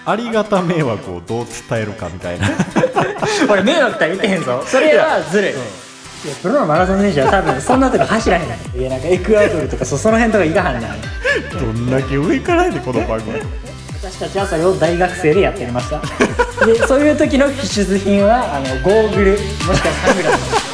ありがた迷惑をどう伝えるかみたいな俺迷惑とは言ってへんぞ。それはずるい。いやプロのマラソン選手は多分そんなとこ走らへんねん。いやなんかエクアドルとかその辺とかいかはんねん。 どんだけ上からやでこの番組私たちはそれを大学生でやってみました。でそういう時の必需品はゴーグルもしくはサングラス。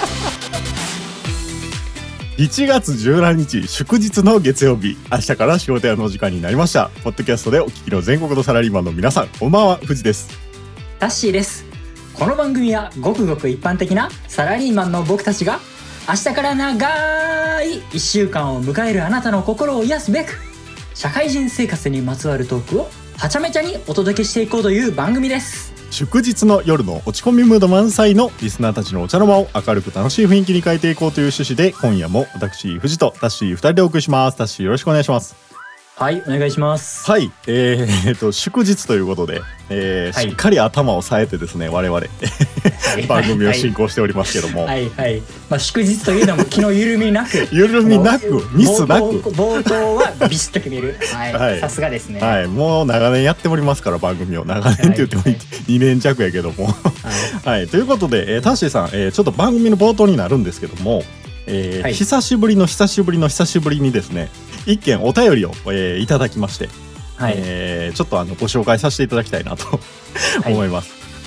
1月17日祝日の月曜日、明日から仕事屋のお時間になりました。ポッドキャストでお聞きの全国のサラリーマンの皆さん、こんばんは。藤です。 タッシーです。この番組はごくごく一般的なサラリーマンの僕たちが明日から長い1週間を迎えるあなたの心を癒すべく、社会人生活にまつわるトークをはちゃめちゃにお届けしていこうという番組です。 祝日の夜の落ち込みムード満載のリスナーたちのお茶の間を明るく楽しい雰囲気に変えていこうという趣旨で、今夜も私藤とタッシー2人でお送りします。タッシーよろしくお願いします。 はい、お願いします。 はい、祝日ということで、しっかり頭を冴えてですね、我々番組を進行しておりますけども、 はいはい、まあ、祝日というのも気の緩みなく緩みなくミスなく冒頭はビシッと決める、はい、さすがですね。 はい、もう長年やっておりますから、番組を長年って言っても2年弱やけどもはい、ということで、タッシーさん、ちょっと番組の冒頭になるんですけども、久しぶりの久しぶりにですね、一件お便りを、いただきまして、はい、ちょっとご紹介させていただきたいなと思います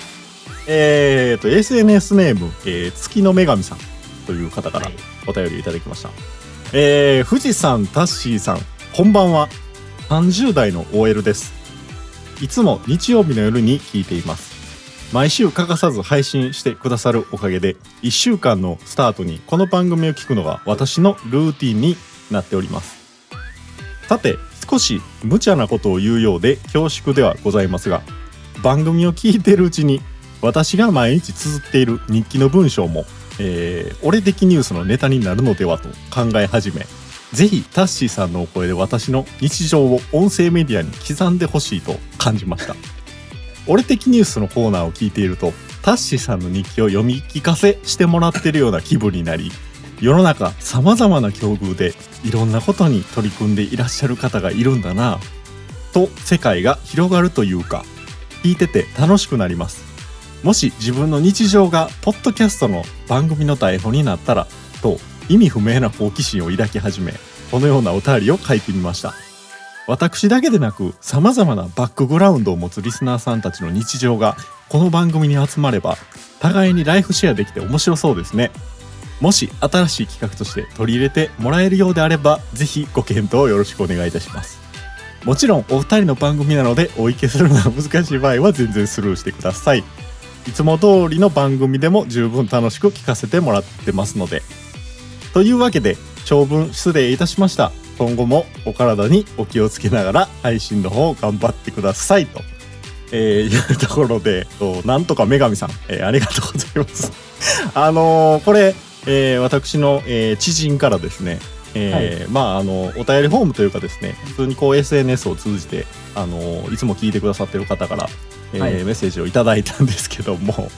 。SNS ネーム、月の女神さんという方からお便りいただきました。藤さん、タッシーさん、こんばんは。30代の OL です。いつも日曜日の夜に聞いています。毎週欠かさず配信してくださるおかげで、1週間のスタートにこの番組を聞くのが私のルーティンになっております。さて、少し無茶なことを言うようで恐縮ではございますが、番組を聞いているうちに私が毎日綴っている日記の文章も、俺的ニュースのネタになるのではと考え始め、ぜひタッシーさんのお声で私の日常を音声メディアに刻んでほしいと感じました。俺的ニュースのコーナーを聞いていると、タッシーさんの日記を読み聞かせしてもらっているような気分になり、世の中様々な境遇でいろんなことに取り組んでいらっしゃる方がいるんだなと、世界が広がるというか、聞いてて楽しくなります。もし自分の日常がポッドキャストの番組の台本になったらと、意味不明な好奇心を抱き始め、このようなお便りを書いてみました。私だけでなく様々なバックグラウンドを持つリスナーさんたちの日常がこの番組に集まれば、互いにライフシェアできて面白そうですね。もし新しい企画として取り入れてもらえるようであれば、ぜひご検討よろしくお願いいたします。もちろんお二人の番組なので、おいけするのが難しい場合は全然スルーしてください。いつも通りの番組でも十分楽しく聞かせてもらってますので。というわけで、長文失礼いたしました。今後もお体にお気をつけながら配信の方を頑張ってくださいと、いうところで、なんとか女神さん、ありがとうございます。これ、私の、知人からですね、お便りフォームというかですね、普通にこう SNS を通じて、いつも聞いてくださってる方から、メッセージをいただいたんですけども、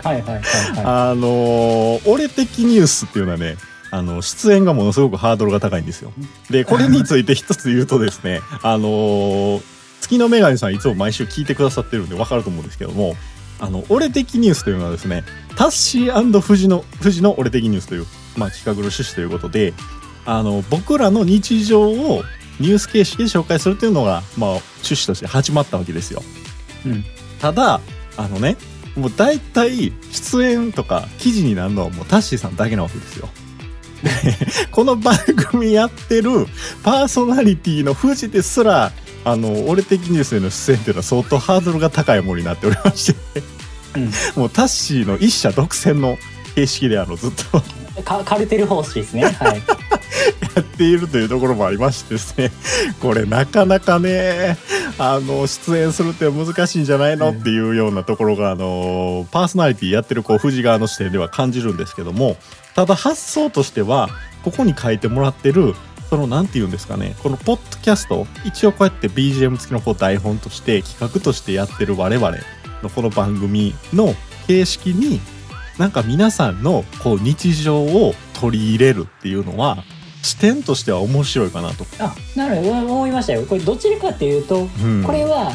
俺的ニュースっていうのはね、出演がものすごくハードルが高いんですよ。で、これについて一つ言うとですね、月の女神さんいつも毎週聞いてくださってるんで分かると思うんですけども、俺的ニュースというのはですね、タッシー&藤の俺的ニュースという、企画の趣旨ということで、僕らの日常をニュース形式で紹介するというのが、趣旨として始まったわけですよ。ただもう大体出演とか記事になるのはもうタッシーさんだけなわけですよ。この番組やってるパーソナリティの藤ですら、俺的ニュースへの出演っていうのは相当ハードルが高いものになっておりまして、もうタッシーの一社独占の形式でずっとカルテル方式ですね、はい、 やっているというところもありましてですね、これなかなかね、出演するって難しいんじゃないのっていうようなところが、パーソナリティやってる藤側の視点では感じるんですけども、ただ発想としてはここに書いてもらってるなんて言うんですかね、このポッドキャスト、一応こうやって BGM 付きの台本として企画としてやってる我々のこの番組の形式に、なんか皆さんの日常を取り入れるっていうのは視点としては面白いかなと。 なるほど、思いましたよ。これどちらかっていうと、これは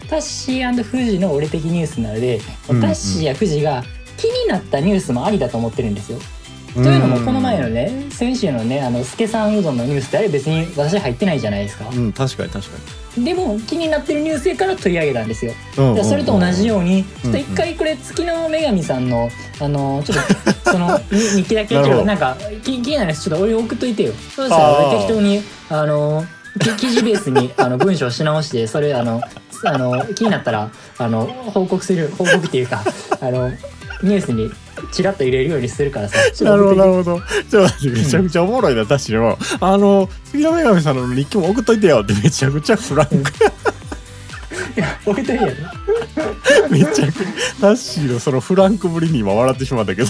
タッシー&フジの俺的ニュースなので、タッシーやフジが気になったニュースもありだと思ってるんですよ。というのもこの前のね、先週のねスケさんうどんのニュースってあれ別に私入ってないじゃないですか。 確かに確かでも気になってるニュースやから取り上げたんですよ。それと同じようにちょっと一回これ月の女神さんのちょっとその日記だけちょっとなんか気になるやつちょっと俺送っといてよ。そうしたら俺適当に記事ベースに文章し直して、それ気になったら報告っていうかニュースにチラッと入れるようにするからさ。 なるほどなるほど。ちょっと待って、めちゃくちゃおもろいな。確かに月の女神さんの日記も送っといてよってめちゃくちゃフランク。 いや送っといてよ。 めちゃくちゃタッシーのそのフランクぶりに今笑ってしまったけど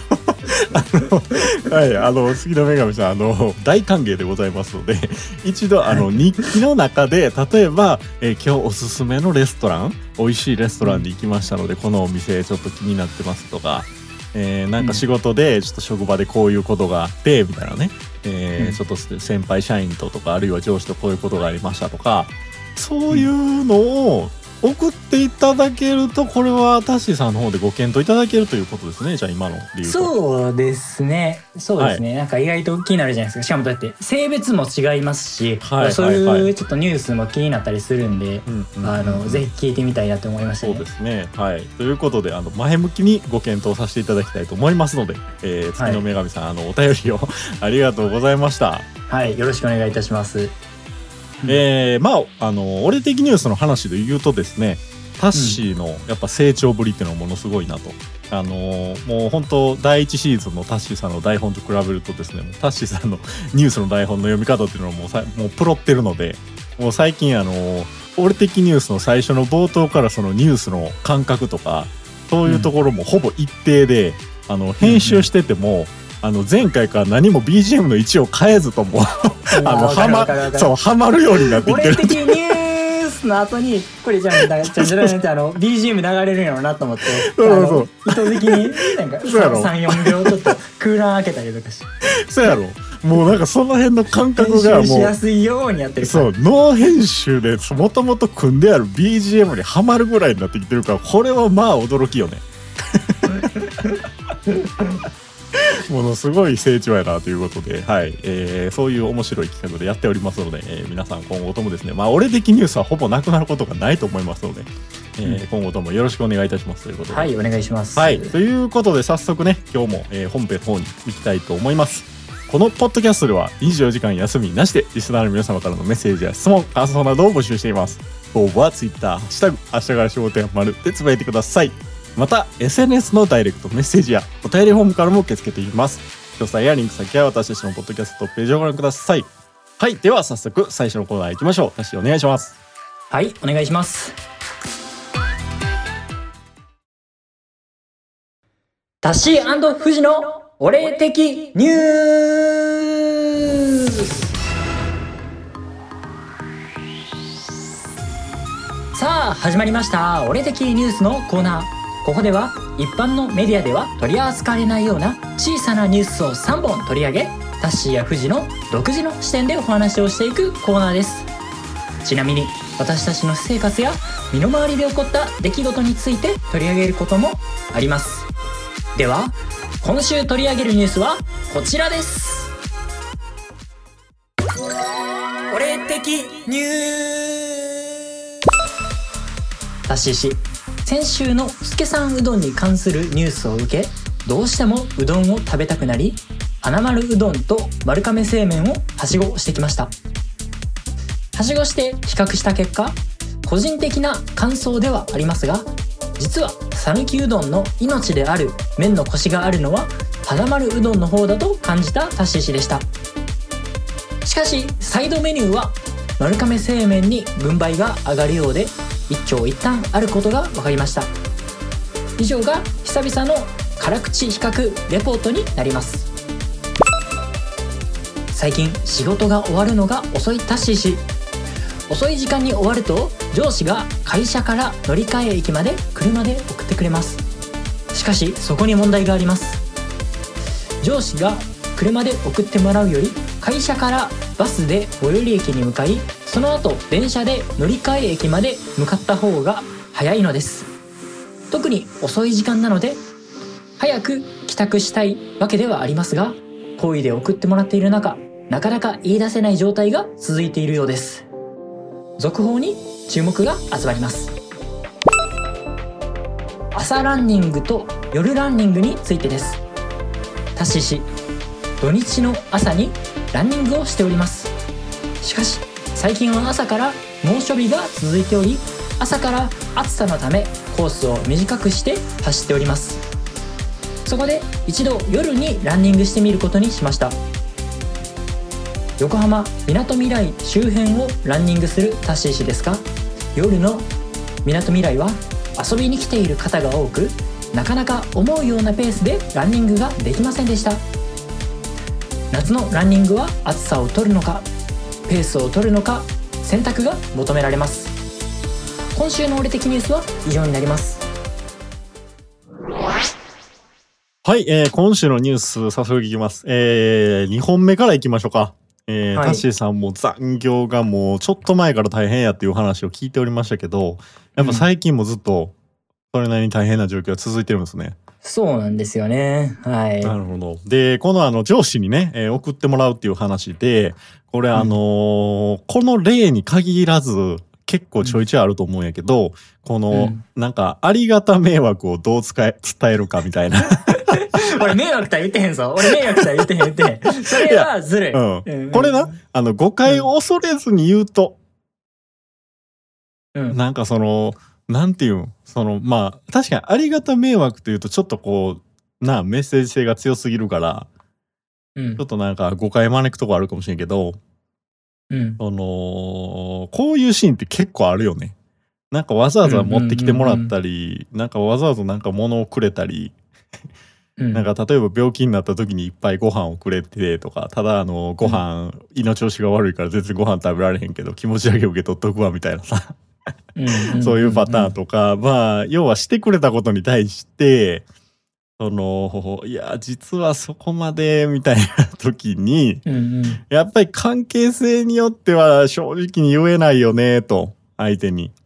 はい、月の女神さん大歓迎でございますので、一度日記の中で例えば、今日おすすめのレストラン、美味しいレストランに行きましたので、このお店ちょっと気になってますとか、なんか仕事でちょっと職場でこういうことがあってみたいなね、ちょっと先輩社員とかあるいは上司とこういうことがありましたとか、そういうのを送っていただけると、これはタッシーさんの方でご検討いただけるということですね。じゃあ今の理由と。 そうですね、なんか意外と気になるじゃないですか。しかもだって性別も違いますし、そういうちょっとニュースも気になったりするんで、ぜひ聞いてみたいなと思いましたね。そうですね、 はい。ということで前向きにご検討させていただきたいと思いますので、月の女神さんお便りをありがとうございました。 はい、よろしくお願いいたします。 俺的ニュースの話で言うとですね、タッシーのやっぱ成長ぶりっていうのはものすごいなと。もう本当第1シーズンのタッシーさんの台本と比べるとですね、タッシーさんのニュースの台本の読み方っていうのはもうプロってるので、もう最近俺的ニュースの最初の冒頭からそのニュースの感覚とかそういうところもほぼ一定で、編集してても、前回から何も BGM の位置を変えずともはまるようになってきてる。 俺的ニュースの後にこれじゃんってBGM 流れるんやろうなと思って、意図的になんか 3,4 秒ちょっと空欄開けたりとかしてそうやろ。もうなんかその辺の感覚がもう編集しやすいようにやってるから。 そう、ノー編集でもともと組んである BGM にはまるぐらいになってきてるから、これはまあ驚きよね。ものすごい成長やなということで、はい、そういう面白い企画でやっておりますので、皆さん今後ともですね、俺的ニュースはほぼなくなることがないと思いますので、今後ともよろしくお願いいたしますということで。 はい、お願いします。 はい、ということで早速ね、今日も、本編の方に行きたいと思います。このポッドキャストでは24時間休みなしでリスナーの皆様からのメッセージや質問、感想などを募集しています。応募は Twitter、ハッシュタグ、明日から仕事や丸でつぶやいてください。また SNS のダイレクトメッセージやお便りフォームからも受け付けています。詳細やリンク先は私たちのポッドキャストページをご覧ください。はい、では早速最初のコーナー行きましょう。タッシーお願いします。 はい、お願いします。タッシー&フジのお礼的ニュース。さあ始まりました、お礼的ニュースのコーナー。ここでは一般のメディアでは取り扱われないような小さなニュースを3本取り上げ、タッシーやフジの独自の視点でお話をしていくコーナーです。ちなみに私たちの私生活や身の回りで起こった出来事について取り上げることもあります。では今週取り上げるニュースはこちらです。お礼的ニュース。タッシー氏、先週のスケさんうどんに関するニュースを受け、どうしてもうどんを食べたくなり、花丸うどんと丸亀製麺をはしごしてきました。はしごして比較した結果、個人的な感想ではありますが、実は讃岐うどんの命である麺のコシがあるのは花丸うどんの方だと感じたタッシー氏でした。しかしサイドメニューは丸亀製麺に軍配が上がるようで、一長一短あることが分かりました。以上が久々の辛口比較レポートになります。最近仕事が終わるのが遅いタッシー氏。遅い時間に終わると上司が会社から乗り換え駅まで車で送ってくれます。しかしそこに問題があります。上司が車で送ってもらうより、会社からバスで最寄り駅に向かい、その後電車で乗り換え駅まで向かった方が早いのです。特に遅い時間なので早く帰宅したいわけではありますが、好意で送ってもらっている中、なかなか言い出せない状態が続いているようです。続報に注目が集まります。朝ランニングと夜ランニングについてです。タッシー氏、土日の朝にランニングをしております。しかし最近は朝から猛暑日が続いており、朝から暑さのためコースを短くして走っております。そこで一度夜にランニングしてみることにしました。横浜みなとみらい周辺をランニングするタッシー氏ですが、夜のみなとみらいは遊びに来ている方が多く、なかなか思うようなペースでランニングができませんでした。夏のランニングは暑さを取るのかペースを取るのか、選択が求められます。今週の俺的ニュースは以上になります。 はい、今週のニュース早速いきます。2本目からいきましょうか。はい、タッシーさんも残業がもうちょっと前から大変やっていう話を聞いておりましたけど、やっぱ最近もずっとそれなりに大変な状況が続いてるんですね。 そうなんですよね。はい。 なるほど。で、この上司にね、送ってもらうっていう話で、これこの例に限らず結構ちょいちょいあると思うんやけど、この、なんかありがた迷惑をどう伝えるかみたいな。 俺迷惑とは言ってへんぞ。俺迷惑とは言ってへん。それはずるい。 これな、誤解を恐れずに言うと、なんかなんていうん、まあ、確かにありがた迷惑というとちょっとこう、メッセージ性が強すぎるから、ちょっとなんか誤解招くとこあるかもしれんけど、こういうシーンって結構あるよね。なんかわざわざ持ってきてもらったり、なんかわざわざなんか物をくれたり、なんか例えば病気になった時にいっぱいご飯をくれてとか、ただご飯、胃の調子が悪いから全然ご飯食べられへんけど気持ちだけ受け取っとくわみたいなさ。そういうパターンとか、まあ要はしてくれたことに対していや実はそこまでみたいな時に、やっぱり関係性によっては正直に言えないよねと、相手に。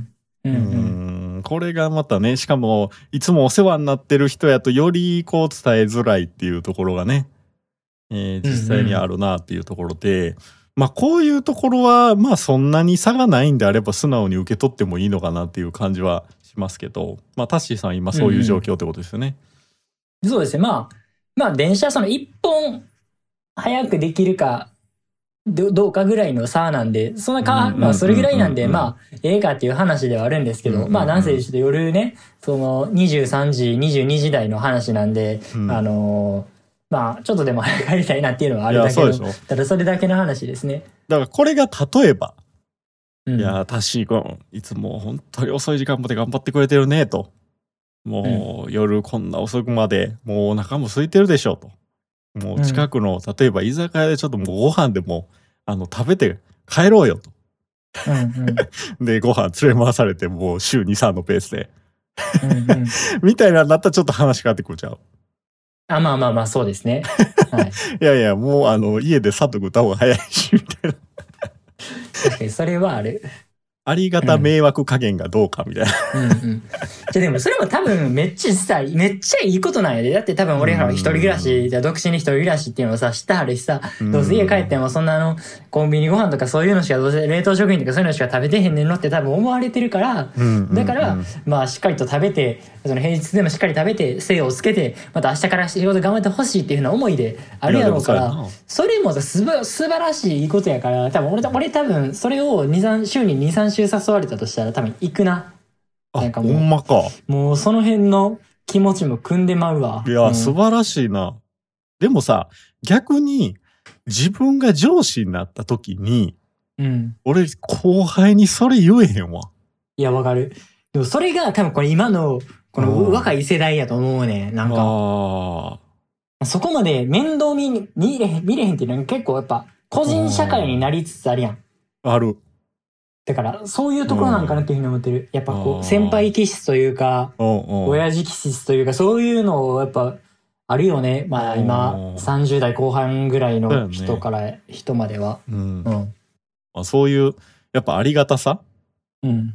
これがまたね、しかもいつもお世話になってる人やとよりこう伝えづらいっていうところがね、実際にあるなっていうところで、まあこういうところはまあそんなに差がないんであれば素直に受け取ってもいいのかなっていう感じはしますけど、まあタッシーさん今そういう状況ってことですよね。 そうですね。まあ電車一本早くできるかどうかぐらいの差なんで、まあそれぐらいなんで、まあええかっていう話ではあるんですけど、まあなんせちょっと夜ね、23時、22時台の話なんで、まあちょっとでも早く帰りたいなっていうのはあるだけの、ただそれだけの話ですね。 だからこれが例えば、いやタッシー君いつも本当に遅い時間まで頑張ってくれてるねと。もう夜こんな遅くまでもうお腹も空いてるでしょと。もう近くの例えば居酒屋でちょっともうご飯でも食べて帰ろうよと。でご飯連れ回されてもう週 2,3 のペースでみたいなのだったらちょっと話変わってくるちゃう。 まあそうですね。はい、 いやいやもう家でさっと食った方が早いしみたいな。 確かにそれはある。 ありがた迷惑加減がどうかみたいな。 じゃでもそれも多分めっちゃいいことなんやで。だって多分俺ら一人暮らし、独身に一人暮らしっていうのをさ、知ってはるしさ、どうせ家帰ってもそんなコンビニご飯とかそういうのしか、どうせ冷凍食品とかそういうのしか食べてへんねんのって多分思われてるから、だから、まあしっかりと食べて、平日でもしっかり食べて、精をつけて、また明日から仕事頑張ってほしいっていうふうな思いであるやろうから、それもさ、素晴らしいことやから、多分俺多分それを週に2、3週誘われたとしたら多分行くな。なんかもう、 ほんまか。 もうその辺の気持ちも組んでまうわ。 いや、素晴らしいな。でもさ、逆に自分が上司になった時に、俺後輩にそれ言えへんわ。いや、わかる。でもそれが多分これ今のこの若い世代やと思うね。なんか。そこまで面倒見れへんっていうのは結構やっぱ個人社会になりつつあるやん。 ある。 だからそういうところなんかなっていうふうに思ってる。やっぱこう先輩気質というか、親父気質というかそういうのをやっぱあるよね。まあ今30代後半ぐらいの人から人までは。 そういうやっぱありがたさ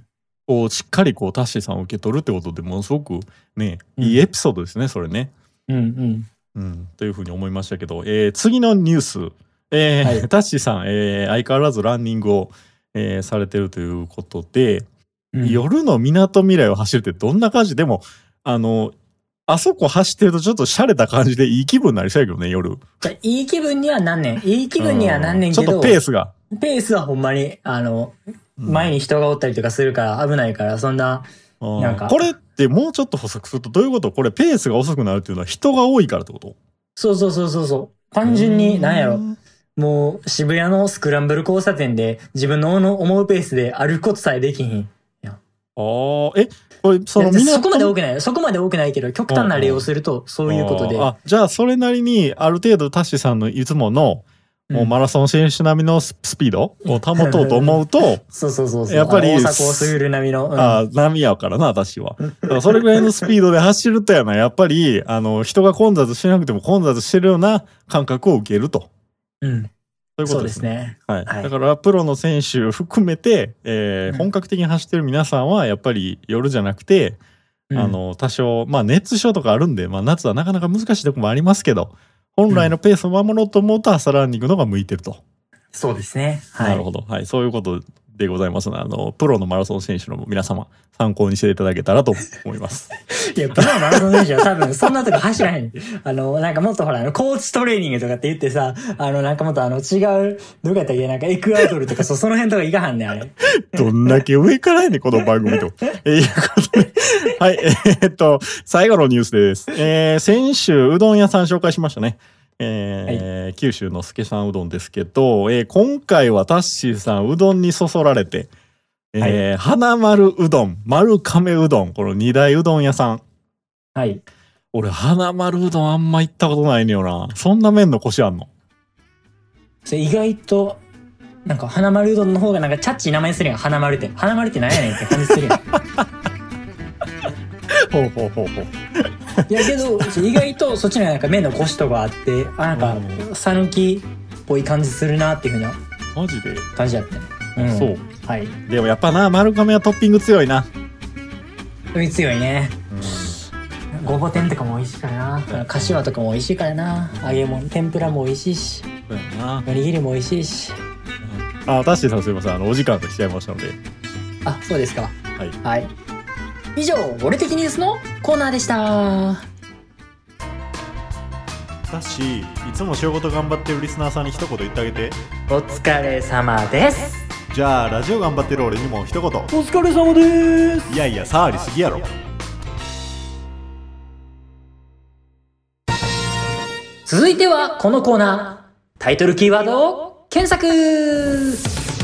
こうしっかりこうタッシーさんを受け取るってことでものすごくねいいエピソードですね、それね。というふうに思いましたけど、次のニュース、タッシーさん、相変わらずランニングを、されてるということで、夜のみなとみらいを走るってどんな感じでもあそこ走ってるとちょっと洒落た感じでいい気分になりそうやけどね、夜。 いい気分にはなんねん。いい気分にはなんねんけど。 ちょっとペースはほんまに、前に人がおったりとかするから危ないから、そんな、なんか。 これってもうちょっと補足するとどういうこと？これペースが遅くなるっていうのは人が多いからってこと？ そう。単純に、なんやろ。もう渋谷のスクランブル交差点で自分の思うペースで歩くことさえできひん。 これそこまで多くない。そこまで多くないけど、極端な例をするとそういうことで。 じゃあそれなりにある程度タッシーさんのいつものもうマラソン選手並みのスピードを保とうと思うとそうやっぱり大阪スグル並みの、 並やからな私は。だからそれぐらいのスピードで走るとやな、やっぱり人が混雑しなくても混雑してるような感覚を受けると。 そうですね。 だからプロの選手含めて、本格的に走ってる皆さんはやっぱり夜じゃなくて、多少熱中症とかあるんで、夏はなかなか難しいとこもありますけど、本来のペースを守ろうと思うと朝ランニングの方が向いてると。 そうですね。 なるほど。そういうことでございますので、プロのマラソン選手の皆様参考にしていただけたらと思います。 いや、プロのマラソン選手は多分そんなとこ走らへん。なんかもっとほら、コーチトレーニングとかって言ってさ、なんかもっと違う、どこやったっけ、なんかエクアドルとかその辺とかいかはんねん、あれ。 どんだけ上からやねん、この番組と。いうことで。はい、最後のニュースです。先週、うどん屋さん紹介しましたね。九州の助さんうどんですけど、今回はタッシーさんうどんにそそられて、花丸うどん、丸亀うどん、この二大うどん屋さん。俺花丸うどんあんま行ったことないねよな。そんな麺のコシあんの？ それ意外となんか花丸うどんの方がなんかチャッチー名前するやん。花丸って何やねんって感じするやん。 ほう。 いやけど意外とそっちのなんか麺のコシとかあって、なんか讃岐っぽい感じするなっていうふうなマジで感じだったね。 そう。でもやっぱな、丸亀はトッピング強いな。 強いね。ごぼ天とかも美味しいからな。かしわとかも美味しいからな。揚げ物、天ぷらも美味しいし、おにぎりも美味しいし。 タッシーさんすいません、お時間が来ちゃいましたので。 そうですか。はい。以上、俺的ニュースのコーナーでした。 タッシー、いつも仕事頑張ってるリスナーさんに一言言ってあげて。 お疲れ様です。 じゃあラジオ頑張ってる俺にも一言。お疲れ様です。 いやいや、触りすぎやろ。 続いてはこのコーナー、タイトルキーワードを検索。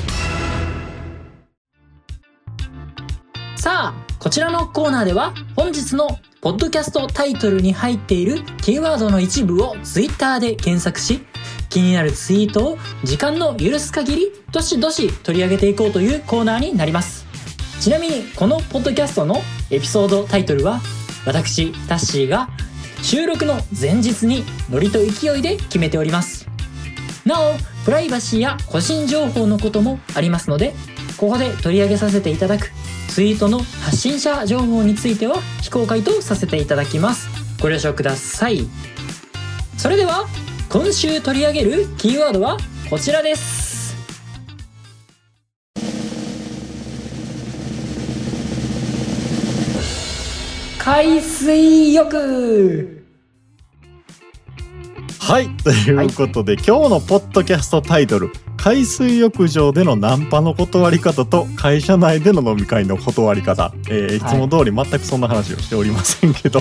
さあ、こちらのコーナーでは本日のポッドキャストタイトルに入っているキーワードの一部をツイッターで検索し、気になるツイートを時間の許す限りどしどし取り上げていこうというコーナーになります。ちなみにこのポッドキャストのエピソードタイトルは私タッシーが収録の前日にノリと勢いで決めております。なおプライバシーや個人情報のこともありますので、ここで取り上げさせていただくツイートの発信者情報については非公開とさせていただきます。ご了承ください。それでは今週取り上げるキーワードはこちらです。海水浴。 はい、ということで、今日のポッドキャストタイトル、海水浴場でのナンパの断り方と会社内での飲み会の断り方、いつも通り全くそんな話をしておりませんけども、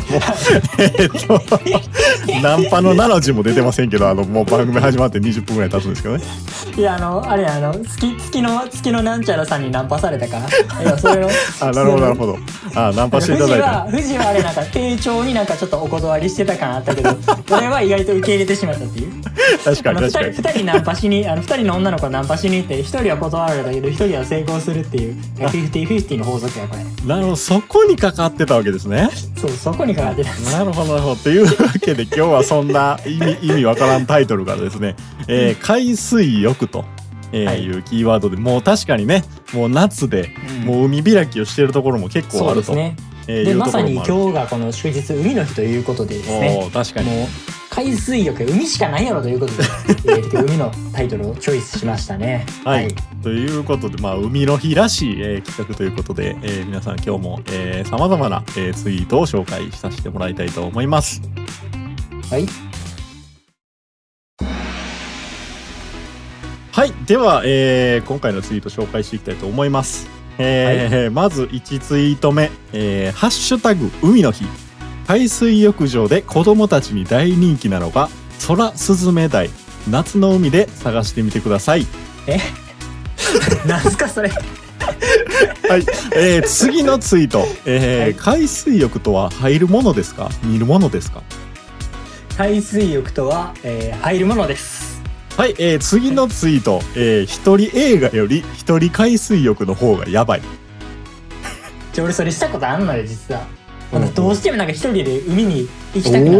ナンパの7の字も出てませんけど、もう番組始まって20分ぐらい経つんですけどね。 いやあれ月のなんちゃらさんにナンパされたから。いやそれをなるほど。ナンパしていただいた。 富士はあれなんか丁重になんかちょっとお断りしてた感あったけど、俺は意外と受け入れてしまったっていう。 確かに 2人ナンパしに2人の女の子ナンパしに行って1人は断られたけど1人は成功するっていう50-50の法則やこれ。 なるほど、そこにかかってたわけですね。 そう、そこにかかってた。 なるほどというわけで今日はそんな意味わからんタイトルからですね、海水浴というキーワードで、もう確かにね、もう夏で、もう海開きをしているところも結構あると。 そうですね。でまさに今日がこの祝日海の日ということでですね、 確かにもう海水浴、海しかないやろということで、海のタイトルをチョイスしましたね。 はい、ということで、海の日らしい、企画ということで、皆さん今日もさまざまな、ツイートを紹介させてもらいたいと思います。 はい。 はい、では、今回のツイート紹介していきたいと思います。まず1ツイート目、ハッシュタグ海の日。海水浴場で子供たちに大人気なのが空すずめ台。夏の海で探してみてください。 なんすかそれ。 はい、次のツイート、海水浴とは入るものですか、見るものですか？ 海水浴とは、入るものです。 はい、次のツイート、一人映画より一人海水浴の方がやばい。 俺それしたことあんのよ実は。どうしてもなんか一人で海に行きたくなって、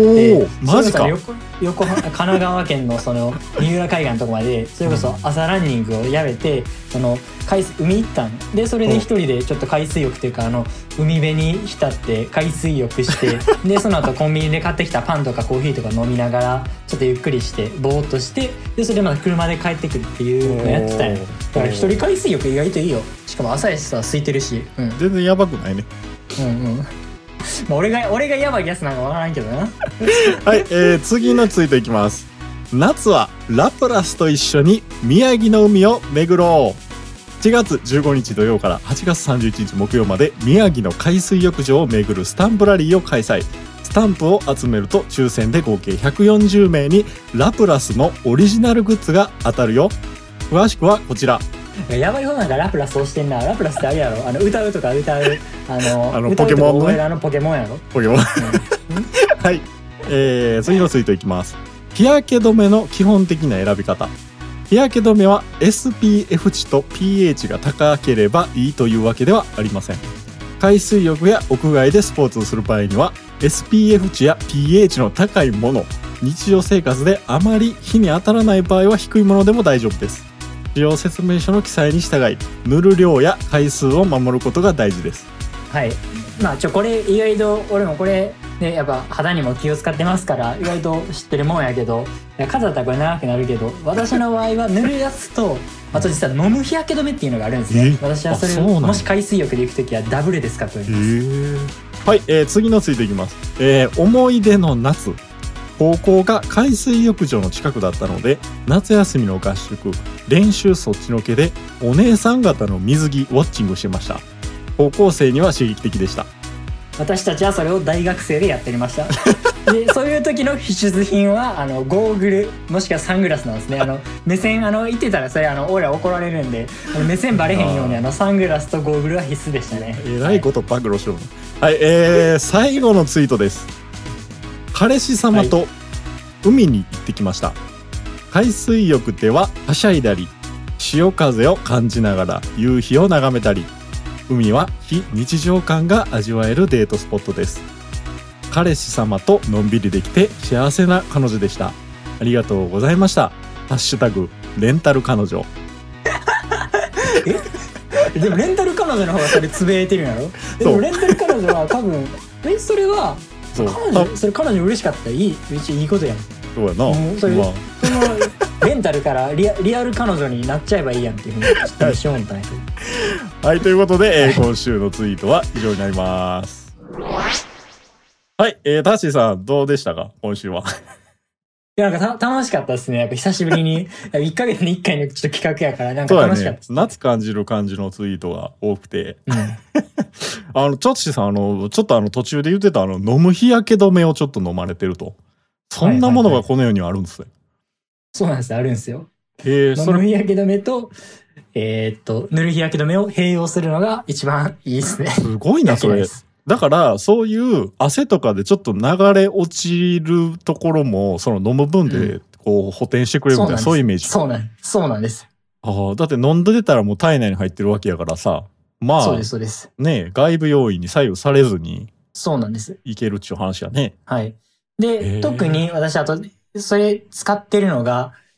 マジか。 神奈川県のその三浦海岸のとこまでそれこそ朝ランニングをやめて、その海行ったんで、それで一人でちょっと海水浴というか海辺に浸って海水浴してでその後コンビニで買ってきたパンとかコーヒーとか飲みながらちょっとゆっくりしてぼーっとして、でそれでまた車で帰ってくるっていうのやってたよ。だから一人海水浴意外といいよ。しかも朝やしさ空いてるし、 全然やばくないね。 俺がやばいやつなんかわからんけどな。 はい、次のツイートいきます。夏はラプラスと一緒に宮城の海を巡ろう。7月15日土曜から8月31日木曜まで宮城の海水浴場を巡るスタンプラリーを開催。スタンプを集めると抽選で合計140名にラプラスのオリジナルグッズが当たるよ。詳しくはこちら。 やばい方なんかラプラスをしてんな。ラプラスってあれやろ、歌うとか歌うポケモンのね、 ポケモンやろ、 ポケモンはい、次のツイートいきます。日焼け止めの基本的な選び方。日焼け止めは SPF 値と pH が高ければいいというわけではありません。海水浴や屋外でスポーツをする場合には SPF 値や pH の高いもの、日常生活であまり日に当たらない場合は低いものでも大丈夫です。使用説明書の記載に従い塗る量や回数を守ることが大事です。 はい、これ意外と俺もこれね、やっぱ肌にも気を使ってますから意外と知ってるもんやけど、数だったらこれ長くなるけど、私の場合は塗るやつとあと実は飲む日焼け止めっていうのがあるんですね。私はそれをもし海水浴で行くときはダブルで使っております。 はい、次のツイートいきます。思い出の夏。高校が海水浴場の近くだったので夏休みの合宿練習そっちのけでお姉さん方の水着ウォッチングしてました。高校生には刺激的でした。 私たちはそれを大学生でやっておりましたでそういう時の必需品はゴーグルもしくはサングラスなんですね。目線言ってたらそれ俺ら怒られるんで目線バレへんようにサングラスとゴーグルは必須でしたね。 えらいこと暴露しよう。はい、最後のツイートです。彼氏様と海に行ってきました。海水浴でははしゃいだり潮風を感じながら夕日を眺めたり、海は非日常感が味わえるデートスポットです。彼氏様とのんびりできて幸せな彼女でした。ありがとうございました。ハッシュタグレンタル彼女でもレンタル彼女の方がそれつぶやいてるんやろ。でもレンタル彼女は多分それは彼女嬉しかったらいい、めっちゃいいことやん。 そうやな。 そのレンタルからリアル彼女になっちゃえばいいやんっていうふうにちょっとしようみたいな。 はい、ということで、今週のツイートは以上になります。はい、タッシーさんどうでしたか今週は。 いやなんか楽しかったですね。やっぱ久しぶりに1ヶ月に1回のちょっと企画やからなんか楽しかったです、ね。 夏感じる感じのツイートが多くて、チョッチさんちょっと途中で言ってた飲む日焼け止めをちょっと飲まれてると、そんなものがこの世にはあるんですね。 そうなんです、あるんですよ。飲む日焼け止めと塗る日焼け止めを併用するのが一番いいですね。 すごいなそれ。だからそういう汗とかでちょっと流れ落ちるところもその飲む分でこう補填してくれるみたいな、そういうイメージ。 そうなんです。 だって飲んでたらもう体内に入ってるわけやからさ、まあそうですね、外部要因に左右されずにそうなんです。 いけるっていう話やね。 はい。で特に私あとそれ使ってるのが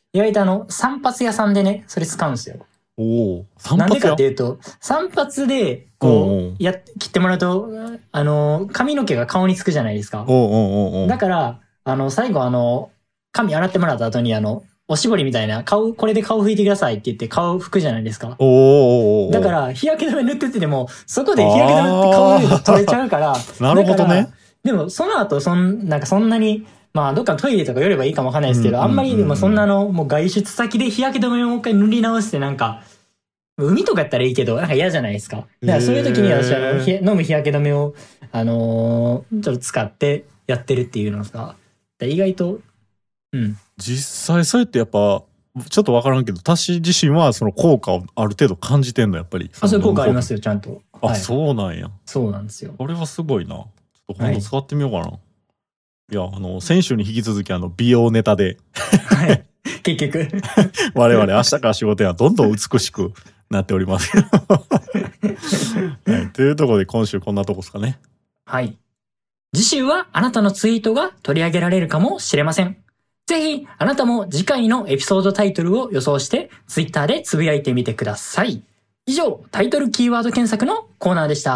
意外と散髪屋さんでね、それ使うんですよ。 おお、散なんでか髪やっていうと、散髪で、切ってもらうと、髪の毛が顔につくじゃないですか。だから、最後髪洗ってもらった後におしぼりみたいな、これで顔拭いてくださいって言って顔拭くじゃないですか。だから、日焼け止め塗ってても、そこで日焼け止めって顔拭いて取れちゃうから。 なるほどね。 でも、その後、そんなに、まあ、どっかトイレとか寄ればいいかもわかんないですけど、あんまりでもそんなもう外出先で日焼け止めをもう一回塗り直して海とかやったらいいけど、嫌じゃないですか。だからそういう時に私飲む日焼け止めを、ちょっと使ってやってるっていうのが、意外と、 実際そうやってやっぱ、ちょっとわからんけど、私自身はその効果をある程度感じてんの、やっぱり。 そういう効果ありますよ、ちゃんと。 そうなんや。 そうなんですよ。 これはすごいな。ちょっと今度使ってみようかな。いや、先週に引き続き美容ネタで。 はい。結局。 我々明日から仕事はどんどん美しくなっております。はい。というところで今週こんなとこですかね。 はい。次週はあなたのツイートが取り上げられるかもしれません。ぜひ、あなたも次回のエピソードタイトルを予想して、ツイッターでつぶやいてみてください。以上、タイトルキーワード検索のコーナーでした。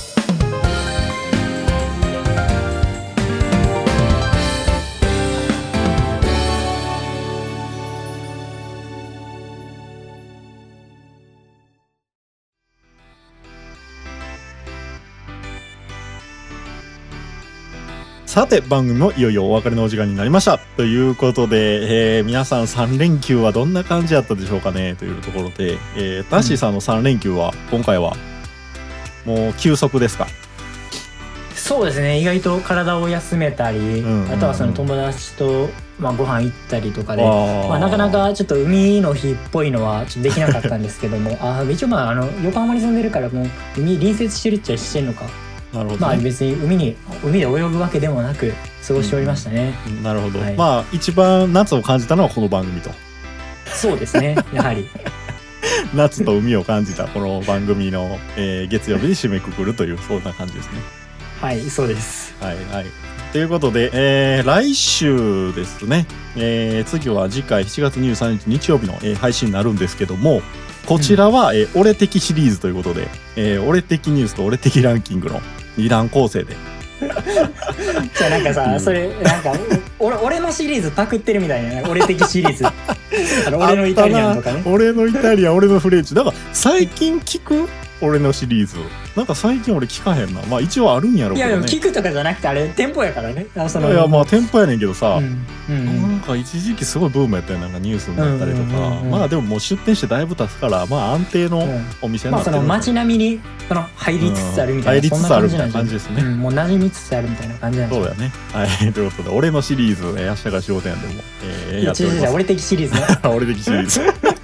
さて番組もいよいよお別れのお時間になりましたということで、皆さん3連休はどんな感じだったでしょうかねというところで、タッシーさんの3連休は今回はもう休息ですか？ そうですね、意外と体を休めたり、あとはその友達と、ご飯行ったりとかで、なかなかちょっと海の日っぽいのはちょっとできなかったんですけども一応横浜に住んでるからもう海隣接してるっちゃしてんのか。 なるほどね。 別に海で泳ぐわけでもなく過ごしておりましたね。 なるほど。一番夏を感じたのはこの番組と。 そうですね、やはり夏と海を感じたこの番組の、月曜日に締めくくるというそんな感じですね。 はい、そうです。 はいはい。ということで、来週ですね、次は次回7月23日日曜日の、配信になるんですけども、こちらは、俺的シリーズということで、俺的ニュースと俺的ランキングの2段構成でじゃあなんかさ、それなんか俺のシリーズパクってるみたいな、俺的シリーズ俺のイタリアンとかね。 俺のイタリアン、俺のフレンチ。だから最近聞く俺のシリーズなんか最近俺聞かへんな。一応あるんやろうけどね。 いやでも聞くとかじゃなくてあれ店舗やからね。 いや店舗やねんけどさ、なんか一時期すごいブームやったよ、なんかニュースになったりとか。でももう出店してだいぶ経つから安定のお店になってる。 その街並みに入りつつあるみたいな、そんな感じなん感じですね。 もう馴染みつつあるみたいな感じなんですね。 そうやね。はい、ということで俺のシリーズ、明日から仕事やんでも、やっております。 俺的シリーズね。 俺的シリーズ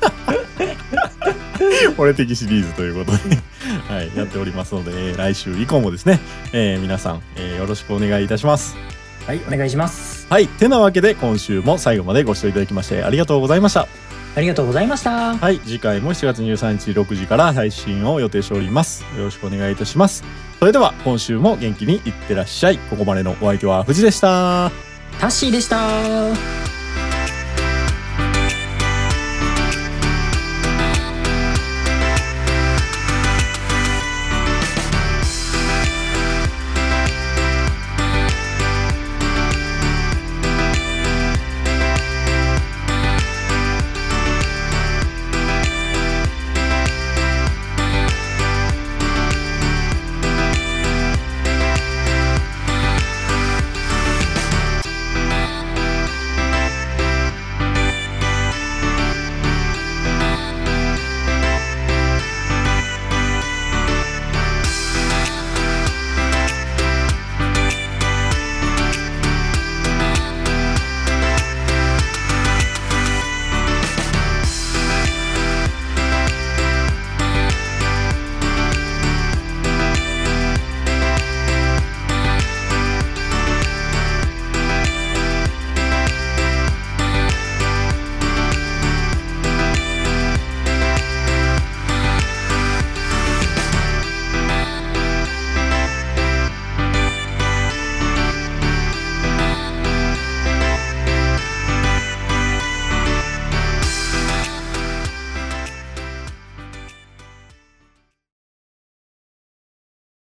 俺的シリーズということで、はい、やっておりますので、来週以降もですね、皆さん、よろしくお願いいたします。 はい、お願いします。 はい、てなわけで今週も最後までご視聴いただきましてありがとうございました。 ありがとうございました。 はい、次回も7月23日6時から配信を予定しております。よろしくお願いいたします。それでは今週も元気にいってらっしゃい。ここまでのお相手は藤でした。 タッシーでした。